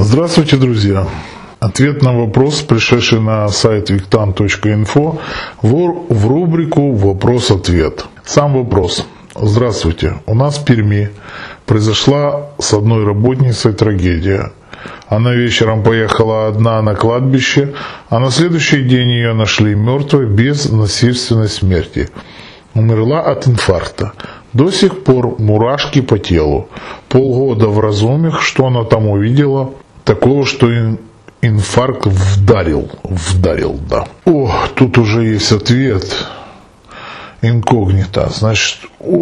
Здравствуйте, друзья! Ответ на вопрос, пришедший на сайт victan.info в рубрику «Вопрос-ответ». Сам вопрос. Здравствуйте, у нас в Перми произошла с одной работницей трагедия. Она вечером поехала одна на кладбище, а на следующий день ее нашли мертвой без насильственной смерти. Умерла от инфаркта. До сих пор мурашки по телу. Полгода в раздумьях, что она там увидела, такого, что инфаркт вдарил, да. О, тут уже есть ответ. Инкогнито. Значит,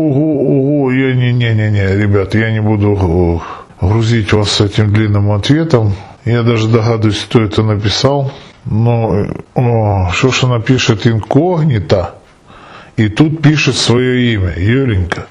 ребят, я не буду грузить вас с этим длинным ответом. Я даже догадываюсь, кто это написал. Но, что ж она пишет инкогнито, и тут пишет свое имя, Юленька.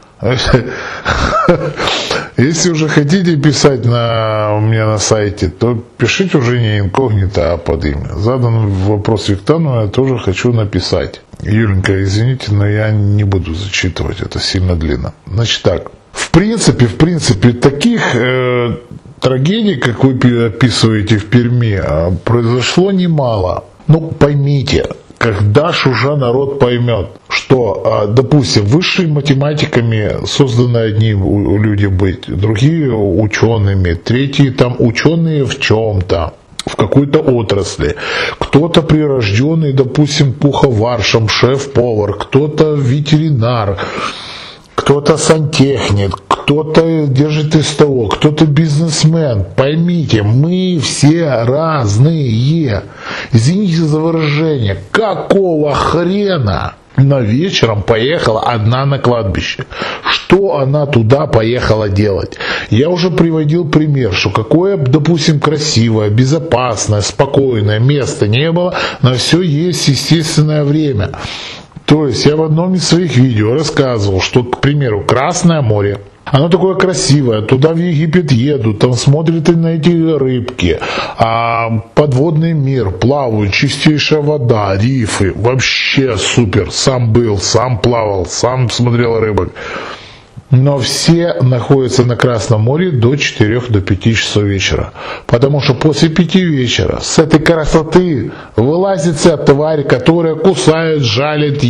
Если уже хотите писать у меня на сайте, то пишите уже не инкогнито, а под имя. Задан вопрос Виктану, я тоже хочу написать. Юленька, извините, но я не буду зачитывать, это сильно длинно. Значит так, в принципе, таких трагедий, как вы описываете в Перми, произошло немало. Ну, поймите, когда ж уже народ поймет, что, допустим, высшими математиками созданы одни люди быть, другие учеными, третьи там ученые в чем-то, в какой-то отрасли, кто-то прирожденный, допустим, куховаршем, шеф-повар, кто-то ветеринар, кто-то сантехник, кто-то держит СТО, кто-то бизнесмен. Поймите, мы все разные. Извините за выражение. Какого хрена на вечером поехала одна на кладбище? Что она туда поехала делать? Я уже приводил пример, что какое, допустим, красивое, безопасное, спокойное место не было, на все есть естественное время. То есть я в одном из своих видео рассказывал, что, к примеру, Красное море, оно такое красивое, туда в Египет едут, там смотрят на эти рыбки, подводный мир, плавают, чистейшая вода, рифы, вообще супер, сам был, сам плавал, сам смотрел рыбок. Но все находятся на Красном море до 4-5 часов вечера. Потому что после 5 вечера с этой красоты вылазит вся тварь, которая кусает, жалит,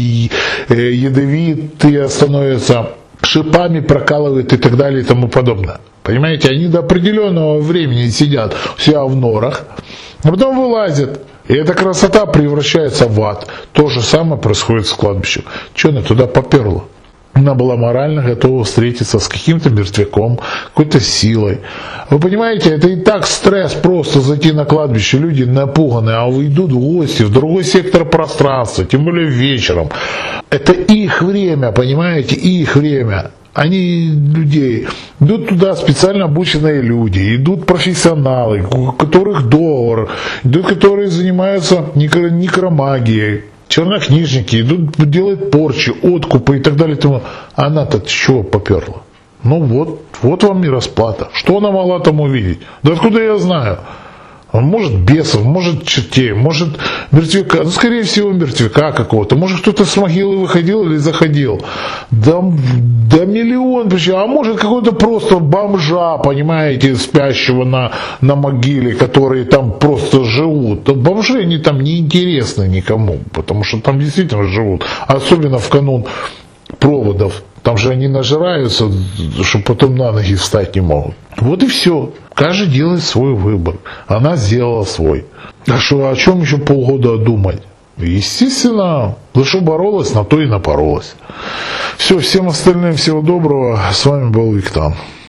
ядовитые становятся, шипами прокалывает и так далее и тому подобное. Понимаете, они до определенного времени сидят у себя в норах, а потом вылазят. И эта красота превращается в ад. То же самое происходит с кладбищем. Что она туда поперла? Она была морально готова встретиться с каким-то мертвяком, какой-то силой. Вы понимаете, это и так стресс просто зайти на кладбище. Люди напуганы, а идут в гости в другой сектор пространства, тем более вечером. Это их время, понимаете, их время. Они людей, идут туда специально обученные люди, идут профессионалы, у которых договор, идут, которые занимаются некромагией. Чернокнижники идут делать порчи, откупы и так далее. Она-то чего поперла? Ну вот вам и расплата. Что она могла там увидеть? Да откуда я знаю? Может бесов, может чертей, может мертвяка, скорее всего мертвяка какого-то. Может кто-то с могилы выходил или заходил. Да миллион, а может какой-то просто бомжа, понимаете, спящего на могиле, которые там просто живут. Бомжи, они там не интересны никому, потому что там действительно живут. Особенно в канун проводов. Там же они нажираются, что потом на ноги встать не могут. Вот и все. Каждый делает свой выбор. Она сделала свой. А что, о чем еще полгода думать? Естественно, за что боролась, на то и напоролась. Все, всем остальным всего доброго. С вами был Виктан.